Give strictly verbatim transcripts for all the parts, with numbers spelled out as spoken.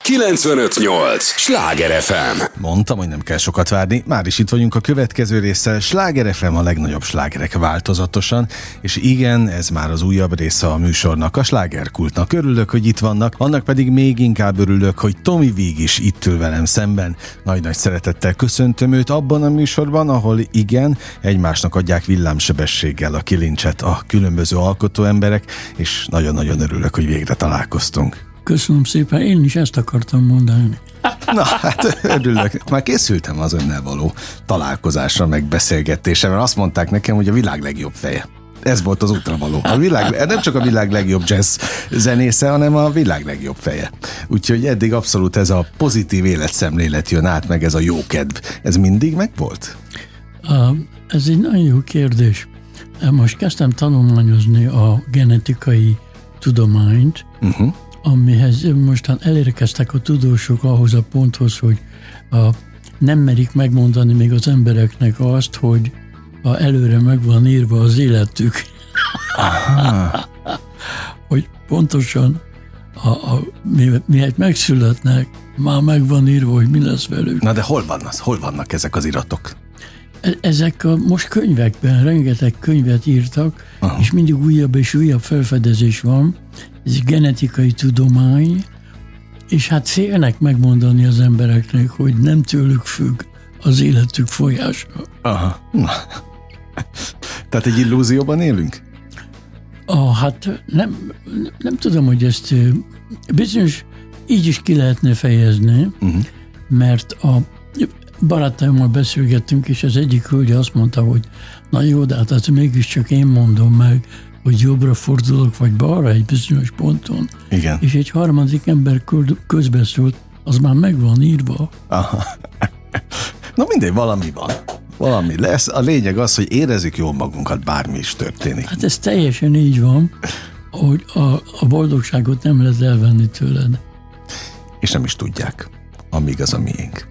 kilencvenöt nyolc Sláger ef em. Mondtam, hogy nem kell sokat várni, már is itt vagyunk a következő résszel. Sláger ef em, a legnagyobb slágerek változatosan, és igen, ez már az újabb része a műsornak, a slágerkultnak. Örülök, hogy itt vannak, annak pedig még inkább örülök, hogy Tommy Vig is itt ül velem szemben. Nagy-nagy szeretettel köszöntöm őt abban a műsorban, ahol igen, egymásnak adják villámsebességgel a kilincset a különböző alkotó emberek, és nagyon-nagyon örülök, hogy végre találkoztunk. Köszönöm szépen, én is ezt akartam mondani. Na, hát örülök. Már készültem az önnel való találkozásra, meg beszélgetésre, mert azt mondták nekem, hogy a világ legjobb feje. Ez volt az útra való. A világ, nem csak a világ legjobb jazz zenésze, hanem a világ legjobb feje. Úgyhogy eddig abszolút ez a pozitív életszemlélet jön át, meg ez a jó kedv. Ez mindig megvolt? Uh, ez egy nagyon jó kérdés. Most kezdtem tanulmányozni a genetikai tudományt, uh-huh. amihez mostan elérkeztek a tudósok ahhoz a ponthoz, hogy a, nem merik megmondani még az embereknek azt, hogy a előre meg van írva az életük. Hogy pontosan a, a, miért megszületnek, már meg van írva, hogy mi lesz velük. Na de hol van az? Hol vannak ezek az iratok? Ezek a most könyvekben, rengeteg könyvet írtak, aha. és mindig újabb és újabb felfedezés van. Ez egy genetikai tudomány, és hát félnek megmondani az embereknek, hogy nem tőlük függ az életük folyása. Aha. Na. Tehát egy illúzióban élünk? Ah, hát nem, nem tudom, hogy ezt bizonyos így is ki lehetne fejezni, uh-huh. mert a barátaimmal beszélgettünk, és az egyik hölgy azt mondta, hogy na jó, de hát mégiscsak én mondom meg, hogy jobbra fordulok, vagy balra egy bizonyos ponton. Igen. És egy harmadik ember közbeszólt, az már meg van írva. Aha. Na mindegy, valami van. Valami lesz. A lényeg az, hogy érezzük jól magunkat, bármi is történik. Hát ez teljesen így van, hogy a, a boldogságot nem lehet elvenni tőled. És nem is tudják, amíg az a miénk.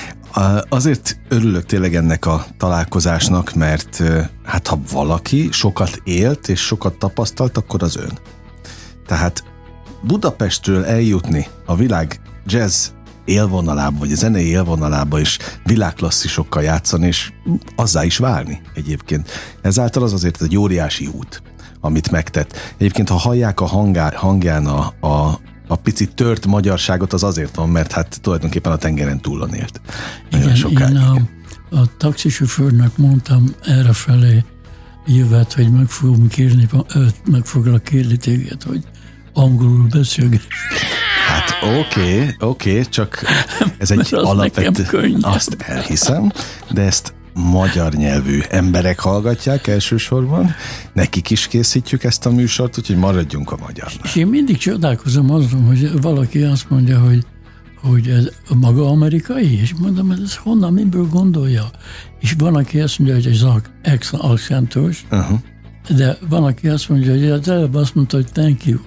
Azért örülök tényleg ennek a találkozásnak, mert hát ha valaki sokat élt és sokat tapasztalt, akkor az ön. Tehát Budapestről eljutni a világ jazz élvonalába, vagy a zenei élvonalába is világklasszisokkal játszani, és azzá is válni egyébként. Ezáltal az azért egy óriási út, amit megtett. Egyébként, ha hallják a hangá, hangján a, a a picit tört magyarságot, az azért van, mert hát tulajdonképpen a tengeren túlon élt. Igen, sokáig, én a, a taxisofőrnek mondtam errefelé jövet, hogy meg fogom kérni, meg foglak kérni téged, hogy angolul beszélgess. Hát oké, okay, oké, okay, csak ez egy alapvető, azt elhiszem, de ezt magyar nyelvű emberek hallgatják elsősorban, nekik is készítjük ezt a műsort, úgyhogy maradjunk a magyarnál. És én mindig csodálkozom azon, hogy valaki azt mondja, hogy, hogy ez maga amerikai, és mondom, hogy ez honnan, miből gondolja? És van, aki azt mondja, hogy ez akcentus, uh-huh. de van, aki azt mondja, hogy az előbb azt mondta, hogy thank you.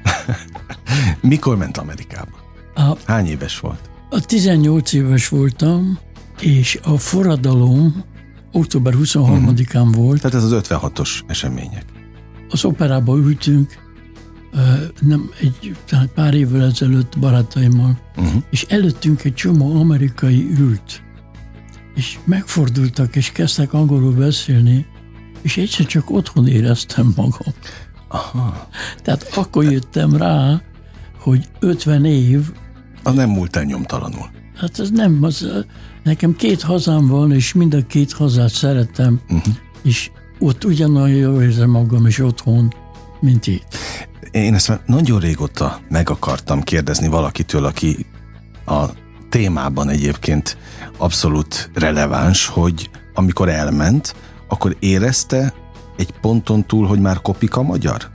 Mikor ment Amerikába? A, Hány éves volt? A tizennyolc éves voltam, és a forradalom október huszonharmadikán uh-huh. volt. Tehát ez az ötvenhatos események. Az operába ültünk, nem egy pár évvel ezelőtt barátaimmal, uh-huh. és előttünk egy csomó amerikai ült, és megfordultak, és kezdtek angolul beszélni, és egyszer csak otthon éreztem magam. Aha. Tehát akkor jöttem rá, hogy ötven év... Az nem múlt el nyomtalanul. Hát ez nem, az, nekem két hazám van, és mind a két hazát szeretem, uh-huh. és ott ugyanolyan jól érzem magam is otthon, mint itt. Én ezt már nagyon régóta meg akartam kérdezni valakitől, aki a témában egyébként abszolút releváns, hogy amikor elment, akkor érezte egy ponton túl, hogy már kopik a magyar?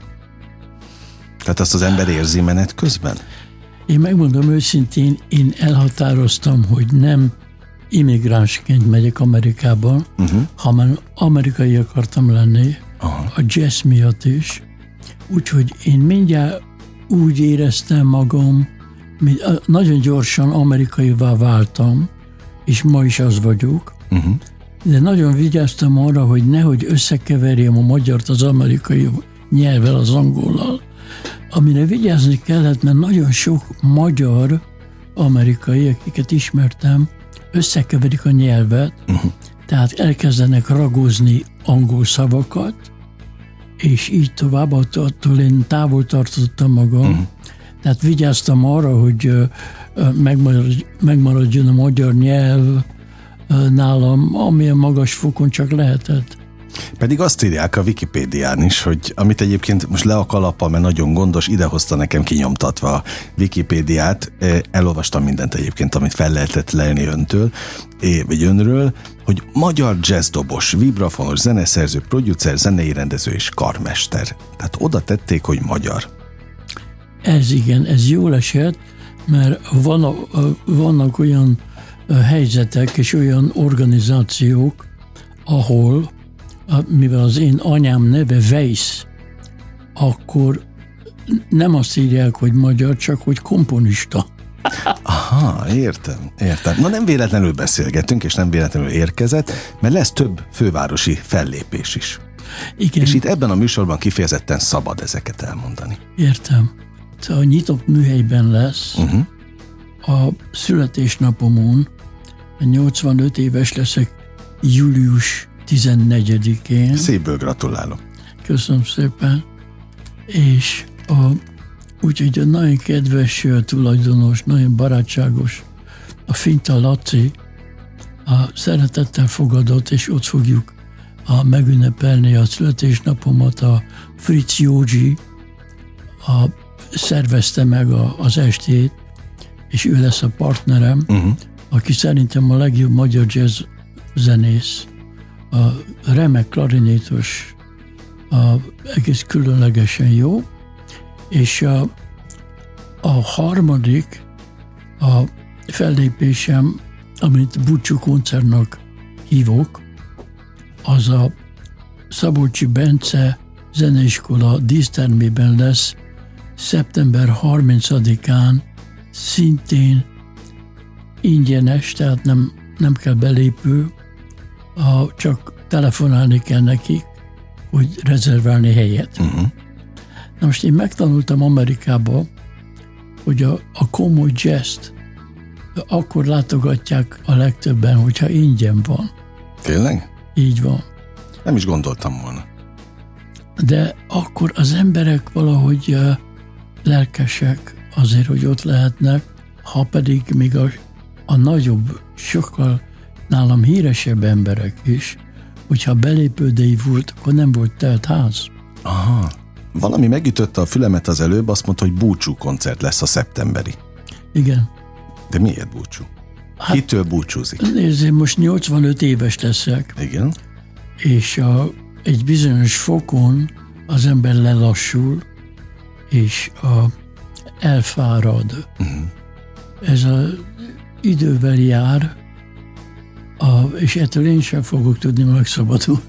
Tehát azt az ember érzi menet közben? Én megmondom őszintén, én elhatároztam, hogy nem immigránsként megyek Amerikába, uh-huh. hanem amerikai akartam lenni, aha. a jazz miatt is. Úgyhogy én mindjárt úgy éreztem magam, mint nagyon gyorsan amerikaivá váltam, és ma is az vagyok, uh-huh. de nagyon vigyáztam arra, hogy nehogy összekeverjem a magyart az amerikai nyelvvel, az angollal. Amire vigyázni kellett, mert nagyon sok magyar amerikai, akiket ismertem, összekeverik a nyelvet, uh-huh. tehát elkezdenek ragozni angol szavakat, és így tovább, attól én távol tartottam magam, uh-huh. tehát vigyáztam arra, hogy megmaradj, megmaradjon a magyar nyelv nálam, amilyen magas fokon csak lehetett. Pedig azt írják a Wikipédián is, hogy amit egyébként most le a kalappal, mert nagyon gondos, idehozta nekem kinyomtatva a Wikipédiát, elolvastam mindent egyébként, amit fel lehetett lelni öntől, vagy önről, hogy magyar jazzdobos, vibrafonos, zeneszerző, producer, zenei rendező és karmester. Tehát oda tették, hogy magyar. Ez igen, ez jól esett, mert van, vannak olyan helyzetek és olyan organizációk, ahol, mivel az én anyám neve Weiss, akkor nem azt írják, hogy magyar, csak hogy komponista. Aha, értem, értem. Na nem véletlenül beszélgetünk, és nem véletlenül érkezett, mert lesz több fővárosi fellépés is. Igen. És itt ebben a műsorban kifejezetten szabad ezeket elmondani. Értem. A nyitott műhelyben lesz uh-huh. a születésnapomon, nyolcvanöt éves leszek július tizennegyedikén. Szépből gratulálok. Köszönöm szépen. És a, úgyhogy a nagyon kedves tulajdonos, nagyon barátságos, a Finta Laci a szeretettel fogadott, és ott fogjuk a, megünnepelni a születésnapomat. A Fritz Józsi a, szervezte meg a, az estét, és ő lesz a partnerem, uh-huh. aki szerintem a legjobb magyar jazz zenész, a remek klarinétos, a egész különlegesen jó, és a, a harmadik a fellépésem, amit búcsú koncertnak hívok, az a Szabolcsi Bence Zeneiskola dísztermében lesz szeptember harmincadikán, szintén ingyenes, tehát nem, nem kell belépő, a, csak telefonálni kell nekik, hogy rezerválni helyet. Uh-huh. Na most én megtanultam Amerikába, hogy a, a komoly jazzt akkor látogatják a legtöbben, hogyha ingyen van. Tényleg? Így van. Nem is gondoltam volna. De akkor az emberek valahogy uh, lelkesek azért, hogy ott lehetnek, ha pedig még a, a nagyobb, sokkal nálam híresebb emberek is, hogyha belépődei volt, akkor nem volt telt ház. Aha. Valami megütötte a fülemet az előbb, azt mondta, hogy búcsú koncert lesz a szeptemberi. Igen. De miért búcsú? Hát, kitől búcsúzik? Nézd, én most nyolcvanöt éves leszek. Igen. És a, egy bizonyos fokon az ember lelassul, és a, elfárad. Uh-huh. Ez az idővel jár, a, és ettől én sem fogok tudni megszabadulni.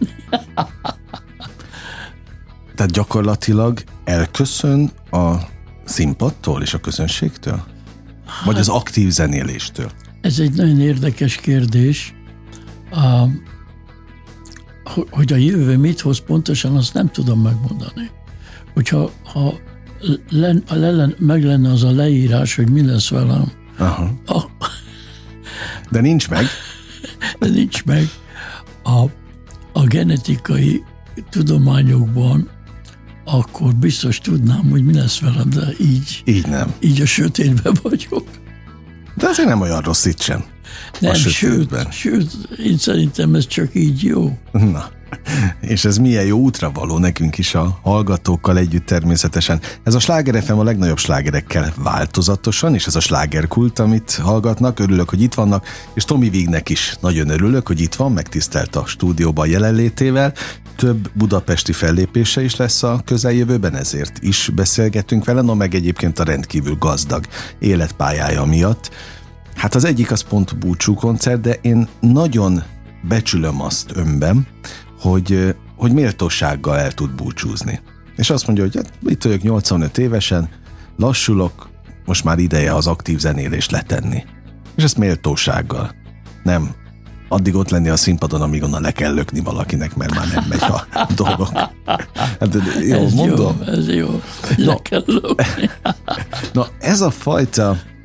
Tehát gyakorlatilag elköszön a színpadtól és a közönségtől? Vagy az aktív zenéléstől? Ez egy nagyon érdekes kérdés. A, hogy a jövő mit hoz pontosan, azt nem tudom megmondani. Hogyha ha len, len, meg lenne az a leírás, hogy mi lesz velem. Aha. A, De nincs meg. De nincs meg. A, a genetikai tudományokban akkor biztos tudnám, hogy mi lesz velem, de így, így nem. Így a sötétben vagyok. De azért nem olyan rossz itt sem. Nem, sőt, sőt, én szerintem ez csak így jó. Na, és ez milyen jó útra való nekünk is a hallgatókkal együtt természetesen. Ez a Sláger ef em a legnagyobb slágerekkel változatosan, és ez a slágerkult, amit hallgatnak. Örülök, hogy itt vannak, és Tommy Wignek is nagyon örülök, hogy itt van, megtisztelt a stúdióban jelenlétével. Több budapesti fellépése is lesz a közeljövőben, ezért is beszélgetünk vele, no meg egyébként a rendkívül gazdag életpályája miatt. Hát az egyik az pont búcsú koncert, de én nagyon becsülöm azt önben, hogy, hogy méltósággal el tud búcsúzni. És azt mondja, hogy hát, itt vagyok nyolcvanöt évesen, lassulok, most már ideje az aktív zenélést letenni. És ezt méltósággal. Nem addig ott lenni a színpadon, amíg onnan le kell lökni valakinek, mert már nem megy a dolog. Hát, jó, ez mondom? Jó, ez jó. Le no, kell lökni. no, ez a fajta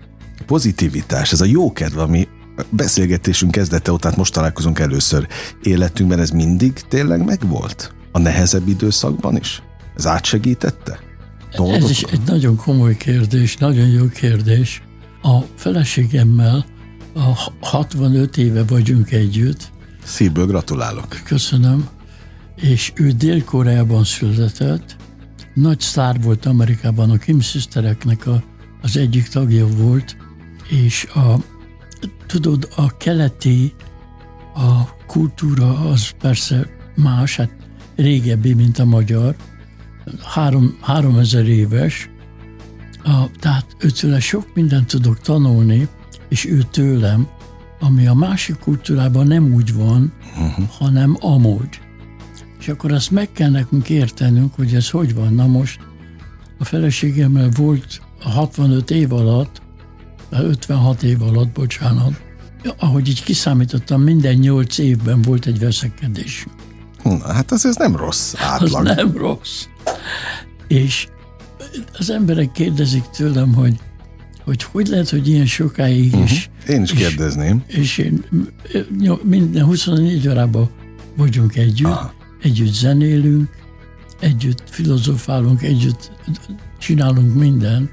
pozitivitás, ez a jókedv, ami beszélgetésünk kezdete óta, most találkozunk először életünkben, ez mindig tényleg megvolt? A nehezebb időszakban is? Ez átsegítette? Dolgokon? Ez is egy nagyon komoly kérdés, nagyon jó kérdés. A feleségemmel a hatvanöt éve vagyunk együtt. Szívből gratulálok. Köszönöm. És ő Dél-Koreában született. Nagy sztár volt Amerikában, a Kim Sistereknek a, az egyik tagja volt, és a, tudod, a keleti a kultúra az persze más, hát régebbi, mint a magyar, három, háromezer éves, a, tehát őtőle sok mindent tudok tanulni, és ő tőlem, ami a másik kultúrában nem úgy van, uh-huh. hanem amúgy. És akkor azt meg kell nekünk értenünk, hogy ez hogy van. Na most a feleségemmel volt a hatvanöt év alatt, ötvenhat év alatt, bocsánat, ahogy így kiszámítottam, minden nyolc évben volt egy veszekedés. Na, hát az ez nem rossz átlag. Az nem rossz. És az emberek kérdezik tőlem, hogy hogy hogy lehet, hogy ilyen sokáig uh-huh. is. Én is kérdezném. És, és én minden huszonnégy órában vagyunk együtt, Aha. együtt zenélünk, együtt filozofálunk, együtt csinálunk mindent,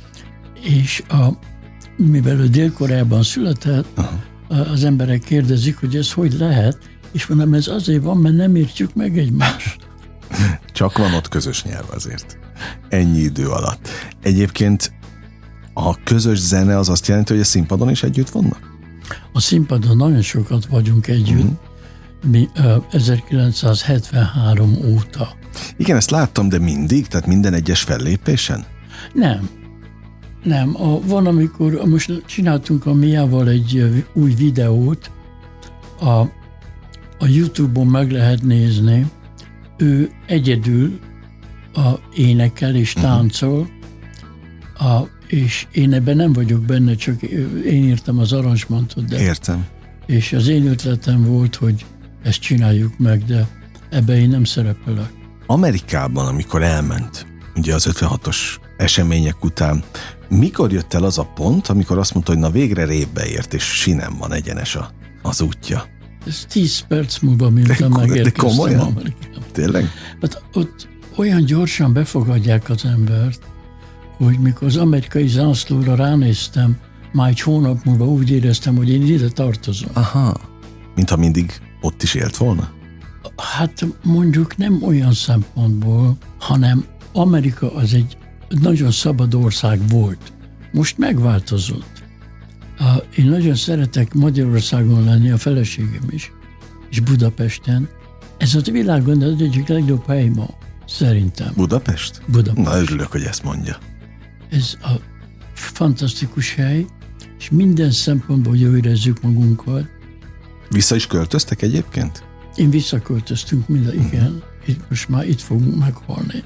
és a, mivel ő Dél-Koreában született, uh-huh. az emberek kérdezik, hogy ez hogy lehet, és mondom, ez azért van, mert nem értjük meg egymást. Csak van ott közös nyelv azért. Ennyi idő alatt. Egyébként a közös zene az azt jelenti, hogy a színpadon is együtt vannak? A színpadon nagyon sokat vagyunk együtt, uh-huh. mi uh, ezerkilencszázhetvenhárom óta. Igen, ezt láttam, de mindig? Tehát minden egyes fellépésen? Nem. Nem. A, van, amikor most csináltunk a Miával egy uh, új videót, a, a YouTube-on meg lehet nézni, ő egyedül a, énekel és táncol, uh-huh. a és én ebben nem vagyok benne, csak én írtam az aranzsmantot. De Értem. És az én ötletem volt, hogy ezt csináljuk meg, de ebben én nem szerepelek. Amerikában, amikor elment, ugye az ötvenhatos események után, mikor jött el az a pont, amikor azt mondta, hogy na végre révbe ért, és sinem van egyenes a, az útja? Ez tíz perc múlva, miután megérkeztem Amerikában. Tényleg? Hát ott olyan gyorsan befogadják az embert, hogy mikor az amerikai zászlóra ránéztem, már egy hónap múlva úgy éreztem, hogy én ide tartozom. Aha, mintha mindig ott is élt volna? Hát mondjuk nem olyan szempontból, hanem Amerika az egy nagyon szabad ország volt. Most megváltozott. Én nagyon szeretek Magyarországon lenni, a feleségem is, és Budapesten. Ez a világon az egyik legjobb hely ma, szerintem. Budapest? Budapest. Na, örülök, hogy ezt mondja. Ez a fantasztikus hely, és minden szempontból jól érezzük magunkat. Vissza is költöztek egyébként? Én visszaköltöztünk minden, mm. igen. Itt most már itt fogunk meghalni.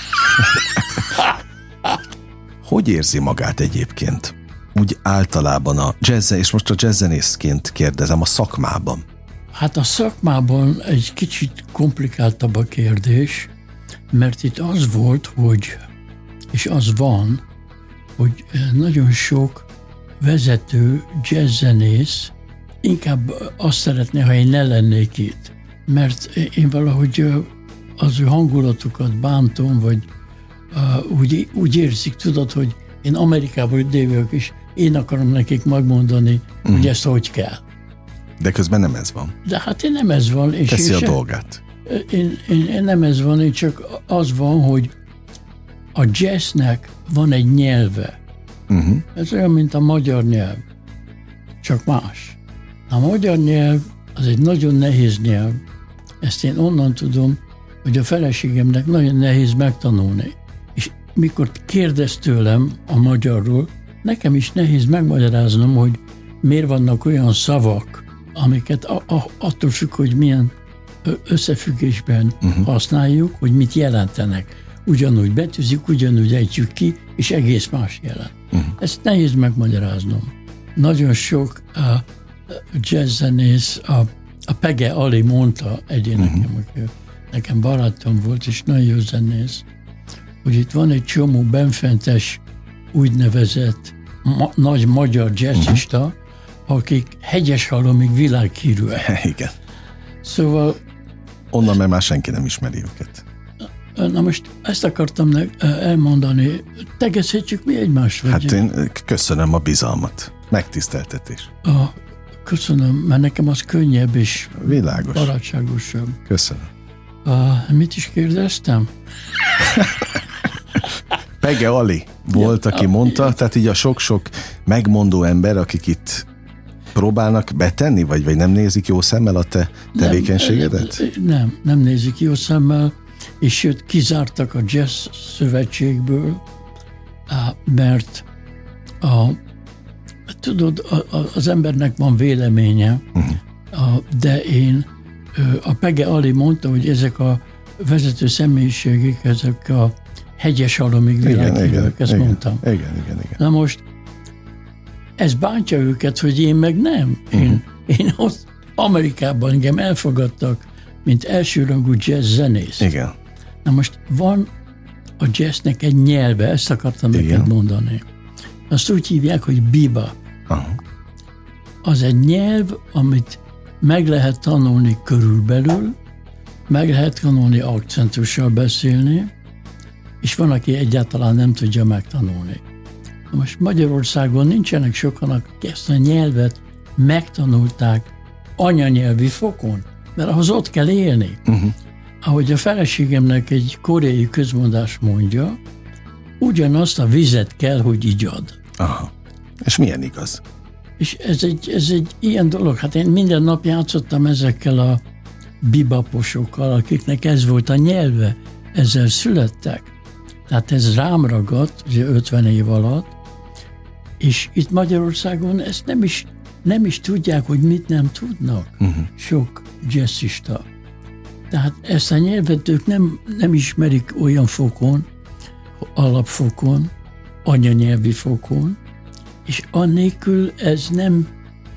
Hogy érzi magát egyébként? Úgy általában a jazz, és most a jazzzenészként kérdezem, a szakmában. Hát a szakmában egy kicsit komplikáltabb a kérdés, mert itt az volt, hogy, és az van, hogy nagyon sok vezető jazzzenész inkább azt szeretné, ha én ne lennék itt. Mert én valahogy az ő hangulatukat bántom, vagy uh, úgy, úgy érzik, tudod, hogy én Amerikában dévők, és én akarom nekik megmondani, mm. hogy ezt hogy kell. De közben nem ez van. De hát én nem ez van. És Teszi én a sem, dolgát. Én, én, én nem ez van, én csak az van, hogy a jazznek van egy nyelve. Uh-huh. Ez olyan, mint a magyar nyelv. Csak más. A magyar nyelv az egy nagyon nehéz nyelv. Ezt én onnan tudom, hogy a feleségemnek nagyon nehéz megtanulni. És mikor kérdez tőlem a magyarról, nekem is nehéz megmagyaráznom, hogy miért vannak olyan szavak, amiket a, a, attól függ, hogy milyen összefüggésben uh-huh. használjuk, hogy mit jelentenek. Ugyanúgy betűzik, ugyanúgy ejtjük ki, és egész más jelent. Uh-huh. Ezt nehéz megmagyaráznom. Nagyon sok uh, jazzzenész, a, a Pege Ali mondta egyén uh-huh. nekem, aki nekem barátom volt, és nagyon jó zenész, hogy itt van egy csomó benfentes úgynevezett ma, nagy magyar jazzista, uh-huh. akik Hegyeshalomig világhírűek. Igen. Szóval... Onnan meg már senki nem ismeri őket. Na most ezt akartam elmondani. Tegezhetjük mi egymást? Vagy? Hát én köszönöm a bizalmat. Megtiszteltetés. A, köszönöm, mert nekem az könnyebb és világos. Barátságosabb. Köszönöm. A, mit is kérdeztem? Pege Ali volt, ja, aki a, mondta, tehát így a sok-sok megmondó ember, akik itt próbálnak betenni, vagy, vagy nem nézik jó szemmel a te tevékenységedet? Nem, nem, nem nézik jó szemmel, és sőt, kizártak a Jazz Szövetségből, mert a, tudod, a, az embernek van véleménye, uh-huh. a, de én, a Pege Ali mondta, hogy ezek a vezető személyiségek, ezek a Hegyeshalomig világhírűek, ezt igen, mondtam. Igen, igen, igen. Na most, ez bántja őket, hogy én meg nem. Én, uh-huh. én ott Amerikában engem elfogadtak, mint elsőrangú jazz zenész. Igen. Na most van a jazznek egy nyelve, ezt akartam igen. neked mondani. Azt úgy hívják, hogy bebop. Uh-huh. Az egy nyelv, amit meg lehet tanulni körülbelül, meg lehet tanulni akcentussal beszélni, és van, aki egyáltalán nem tudja megtanulni. Na most Magyarországon nincsenek sokan, akik ezt a nyelvet megtanulták anyanyelvi fokon, mert ahhoz ott kell élni. Uh-huh. Ahogy a feleségemnek egy koreai közmondás mondja, ugyanazt a vizet kell, hogy igyad. Aha. És milyen igaz? És ez egy, ez egy ilyen dolog. Hát én minden nap játszottam ezekkel a bibaposokkal, akiknek ez volt a nyelve, ezzel születtek. Tehát ez rám ragadt, ugye ötven év alatt, és itt Magyarországon ezt nem is, nem is tudják, hogy mit nem tudnak. Uh-huh. Sok jazzista. Tehát ezt a nyelvet ők nem, nem ismerik olyan fokon, alapfokon, anyanyelvi fokon, és annélkül ez nem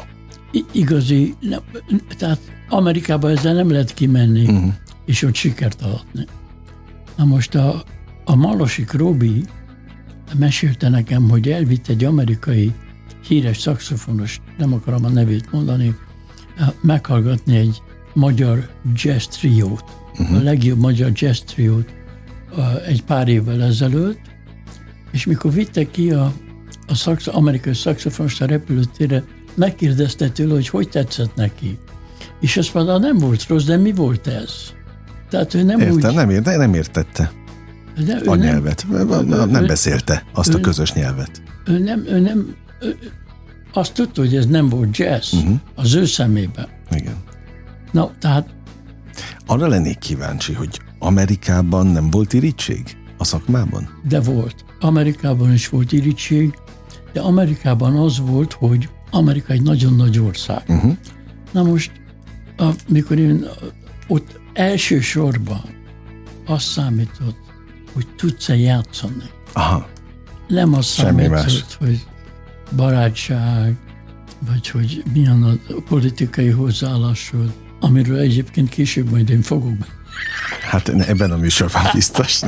igazi, nem, tehát Amerikában ezzel nem lehet kimenni, uh-huh. és ott sikert alatni. Na most a, a Malosik Robi mesélte nekem, hogy elvitt egy amerikai híres szaxofonos, nem akarom a nevét mondani, meghallgatni egy magyar jazz triót, uh-huh. a legjobb magyar jazz triót egy pár évvel ezelőtt, és mikor vitte ki a, a szax, amerikai szaxofonost a repülőtérre, megkérdezte tőle, hogy hogy tetszett neki. És azt mondta, nem volt rossz, de mi volt ez? Tehát ő nem Értem, úgy... nem, ért, nem értette de a nem, nyelvet. Nem, nem beszélte azt ő, a közös nyelvet. Ő nem, ő nem ő, azt tudta, hogy ez nem volt jazz uh-huh. az ő szemében. Igen. Na, tehát... Arra lennék kíváncsi, hogy Amerikában nem volt irítség a szakmában? De volt. Amerikában is volt irítség, de Amerikában az volt, hogy Amerika egy nagyon nagy ország. Uh-huh. Na most, amikor én ott elsősorban azt számított, hogy tudsz-e játszani. Aha. Nem azt számított, hogy barátság, vagy hogy milyen a politikai hozzáállásod, amiről egyébként később majd én fogok. Hát ebben a műsorban biztos.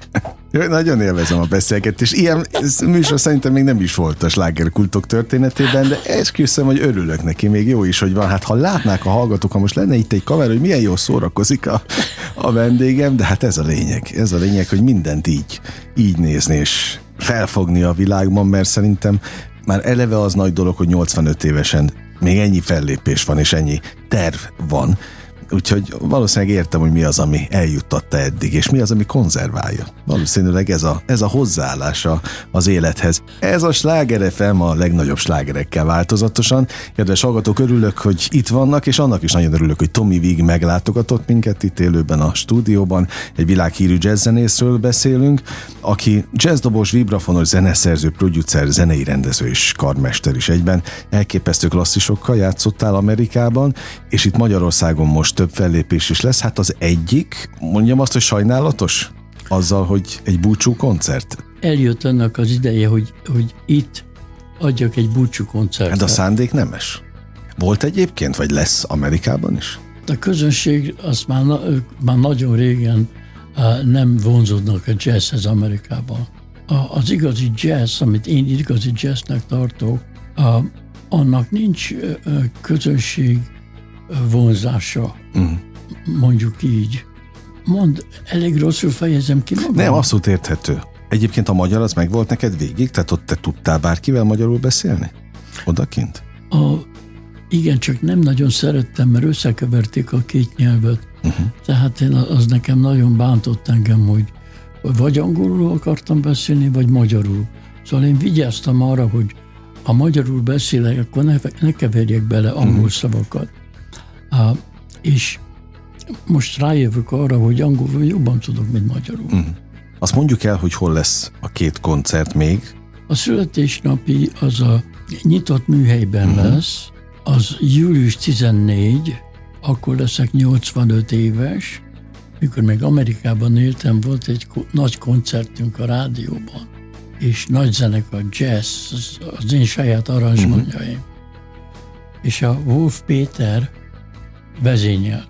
Nagyon élvezem a beszélgetést. Ilyen műsor szerintem még nem is volt a slágerkultok történetében, de esküszöm, hogy örülök neki, még jó is, hogy van. Hát ha látnák a hallgatók, ha most lenne itt egy kamera, hogy milyen jól szórakozik a, a vendégem, de hát ez a lényeg. Ez a lényeg, hogy mindent így, így nézni és felfogni a világban, mert szerintem már eleve az nagy dolog, hogy nyolcvanöt évesen még ennyi fellépés van, és ennyi terv van. Úgyhogy valószínűleg értem, hogy mi az, ami eljuttatta eddig, és mi az, ami konzerválja. Valószínűleg ez a, ez a hozzáállása az élethez. Ez a Sláger ef em a legnagyobb slágerekkel változatosan. Kedves hallgatók, örülök, hogy itt vannak, és annak is nagyon örülök, hogy Tommy Vig meglátogatott minket itt élőben a stúdióban. Egy világhírű jazzzenészről beszélünk, aki jazzdobos, vibrafonos, zeneszerző, producer, zenei rendező és karmester is egyben. Elképesztő klasszisokkal játszottál Amerikában, és itt Magyarországon most több fellépés is lesz. Hát az egyik, mondjam azt, hogy sajnálatos? Azzal, hogy egy búcsú koncert? Eljött annak az ideje, hogy, hogy itt adjak egy búcsú koncertet. De a szándék nemes. Volt egyébként, vagy lesz Amerikában is? A közönség azt már, ők már nagyon régen nem vonzódnak a jazzhez Amerikában. a, az igazi jazz, amit én igazi jazznek tartok, a, annak nincs közönség vonzása, mm. mondjuk így. Mond, elég rosszul fejezem ki magam. Nem, abszolút érthető. Egyébként a magyar az meg volt neked végig? Tehát ott te tudtál bárkivel magyarul beszélni? Odakint? A, igen, csak nem nagyon szerettem, mert összekeverték a két nyelvet. Uh-huh. Tehát én, az nekem nagyon bántott engem, hogy vagy angolul akartam beszélni, vagy magyarul. Szóval én vigyáztam arra, hogy ha magyarul beszélek, akkor ne, ne keverjek bele angol uh-huh. szavakat. Uh, és most rájövök arra, hogy angolul jobban tudok, mint magyarul. Uh-huh. Azt mondjuk el, hogy hol lesz a két koncert még? A születésnapi az a nyitott műhelyben uh-huh. lesz, az július tizennégy, akkor leszek nyolcvanöt éves, mikor még Amerikában éltem, volt egy nagy koncertünk a rádióban, és nagy zenekar, jazz, az, az én saját aranzsmányjaim. Uh-huh. És a Wolf Péter vezényelt.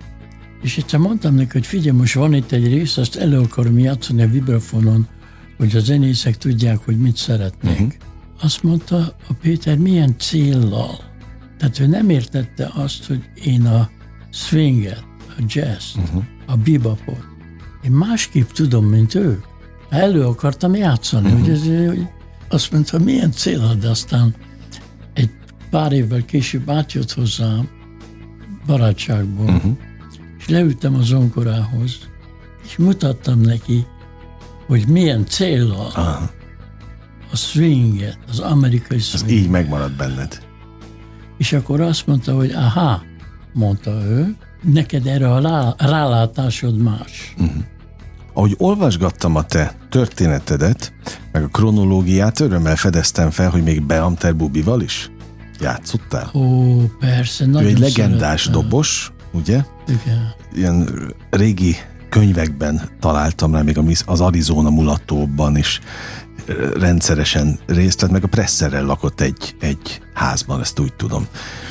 És egyszer mondtam neki, hogy figyelj, most van itt egy rész, azt elő akarom játszani a vibrafonon, hogy a zenészek tudják, hogy mit szeretnénk. Uh-huh. Azt mondta a Péter, milyen céllal? Tehát ő nem értette azt, hogy én a swinget, a jazz, uh-huh. a bebopot, én másképp tudom, mint ők. Elő akartam játszani, uh-huh. hogy ez, hogy azt mondta, milyen célra, de aztán egy pár évvel később átjött hozzám barátságból, uh-huh. és leültem a zongorához, és mutattam neki, hogy milyen célra uh-huh. a swinget, az amerikai swinget. Ez így megmaradt benned. És akkor azt mondta, hogy aha, mondta ő, neked erre a rálátásod más. Uh-huh. Ahogy olvasgattam a te történetedet, meg a kronológiát, örömmel fedeztem fel, hogy még Beamter Bubival is játszottál. Ó, persze, nagyon ő egy legendás szeretem. Dobos, ugye? Igen. Ilyen régi könyvekben találtam rá, még az Arizona mulatóban is rendszeresen részt vett, meg a Presserrel lakott egy, egy házban, ezt úgy tudom.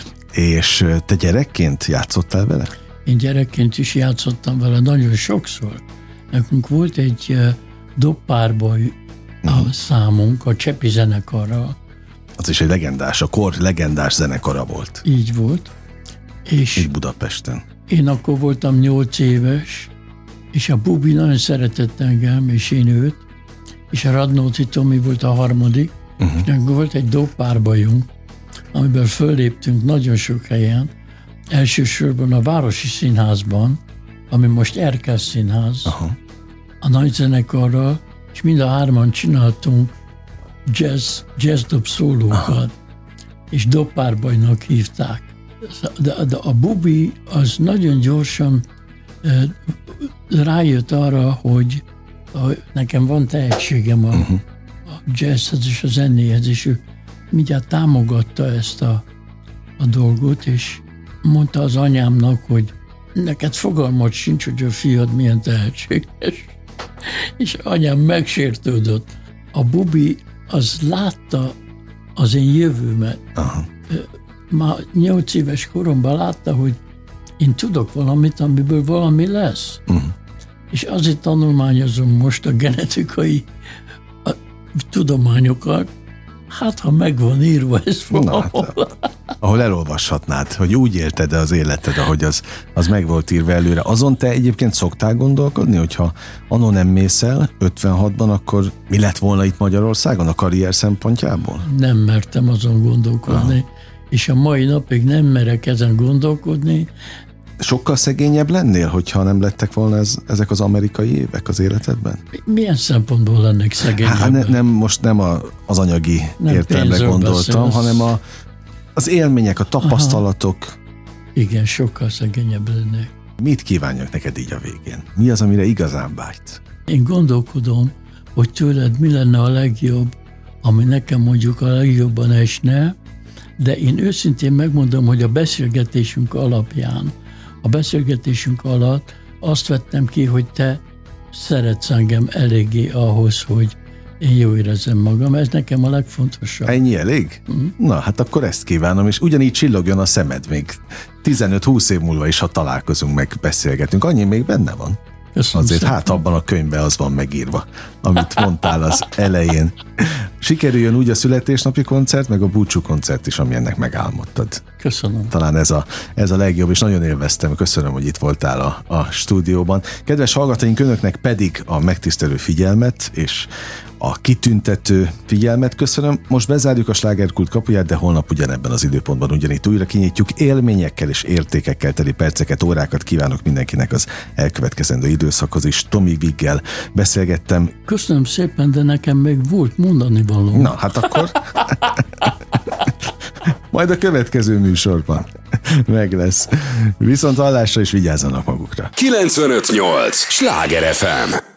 És te gyerekként játszottál vele? Én gyerekként is játszottam vele nagyon sokszor. Nekünk volt egy uh, dobbárbaj uh-huh. a számunk, a Csepi zenekarral. Az is egy legendás, a kor legendás zenekara volt. Így volt. És itt Budapesten. Én akkor voltam nyolc éves, és a Bubi nagyon szeretett engem, és én őt, és a Radnóti Tomi volt a harmadik, uh-huh. és nekünk volt egy dobbárbajunk, amiből fölléptünk nagyon sok helyen, elsősorban a Városi Színházban, ami most Erkel Színház, uh-huh. a nagy zenekarral, és mind a hárman csináltunk jazz, jazz-dob szólókat, uh-huh. és dobbárbajnak hívták. De, de a Bubi az nagyon gyorsan uh, rájött arra, hogy uh, nekem van tehetségem a, uh-huh. a jazzhez és a zenéhez, és ő mindjárt támogatta ezt a, a dolgot, és mondta az anyámnak, hogy neked fogalmad sincs, hogy a fiad milyen tehetséges. És anyám megsértődött. A Bubi az látta az én jövőmet. Aha. Már nyolc éves koromban látta, hogy én tudok valamit, amiből valami lesz. Uh-huh. És azért tanulmányozom most a genetikai a tudományokat, hát ha meg van írva ez valahol. Na, hát, ahol elolvashatnád, hogy úgy élted az életed, ahogy az, az meg volt írva előre. Azon te egyébként szoktál gondolkodni, hogyha anno nem mész el ötvenhatban, akkor mi lett volna itt Magyarországon a karrier szempontjából? Nem mertem azon gondolkodni, aha. és a mai napig nem merek ezen gondolkodni. Sokkal szegényebb lennél, hogyha nem lettek volna ez, ezek az amerikai évek az életedben? Milyen szempontból lennék szegényebb? Hát ne, nem, most nem a, az anyagi nem értelemre gondoltam, beszélsz. hanem a, az élmények, a tapasztalatok. Aha. Igen, sokkal szegényebb lennék. Mit kívánjak neked így a végén? Mi az, amire igazán vágysz? Én gondolkodom, hogy tőled mi lenne a legjobb, ami nekem mondjuk a legjobban esne, de én őszintén megmondom, hogy a beszélgetésünk alapján, a beszélgetésünk alatt azt vettem ki, hogy te szeretsz engem eléggé ahhoz, hogy én jól érezzem magam. Ez nekem a legfontosabb. Ennyi elég? Mm. Na, hát akkor ezt kívánom, és ugyanígy csillogjon a szemed még tizenöt-húsz év múlva is, ha találkozunk, meg beszélgetünk. Annyi még benne van. Köszönöm Azért szépen. hát abban a könyvben az van megírva, amit mondtál az elején. Sikerüljön úgy a születésnapi koncert, meg a búcsú koncert is, ami ennek megálmodtad. Köszönöm. Talán ez a, ez a legjobb, és nagyon élveztem. Köszönöm, hogy itt voltál a, a stúdióban. Kedves hallgatóink, önöknek pedig a megtisztelő figyelmet és a kitüntető figyelmet köszönöm. Most bezárjuk a Slágerkult kapuját, de holnap ugyanebben az időpontban ugyanitt újra kinyitjuk. Élményekkel és értékekkel teli perceket, órákat kívánok mindenkinek az elkövetkezendő időszakhoz is. Tomi Wiggel beszélgettem. Köszönöm szépen, de nekem még volt mondani való. Na, hát akkor majd a következő műsorban meg lesz. Viszont hallásra, és vigyázzanak magukra. kilencvenöt nyolc Sláger ef em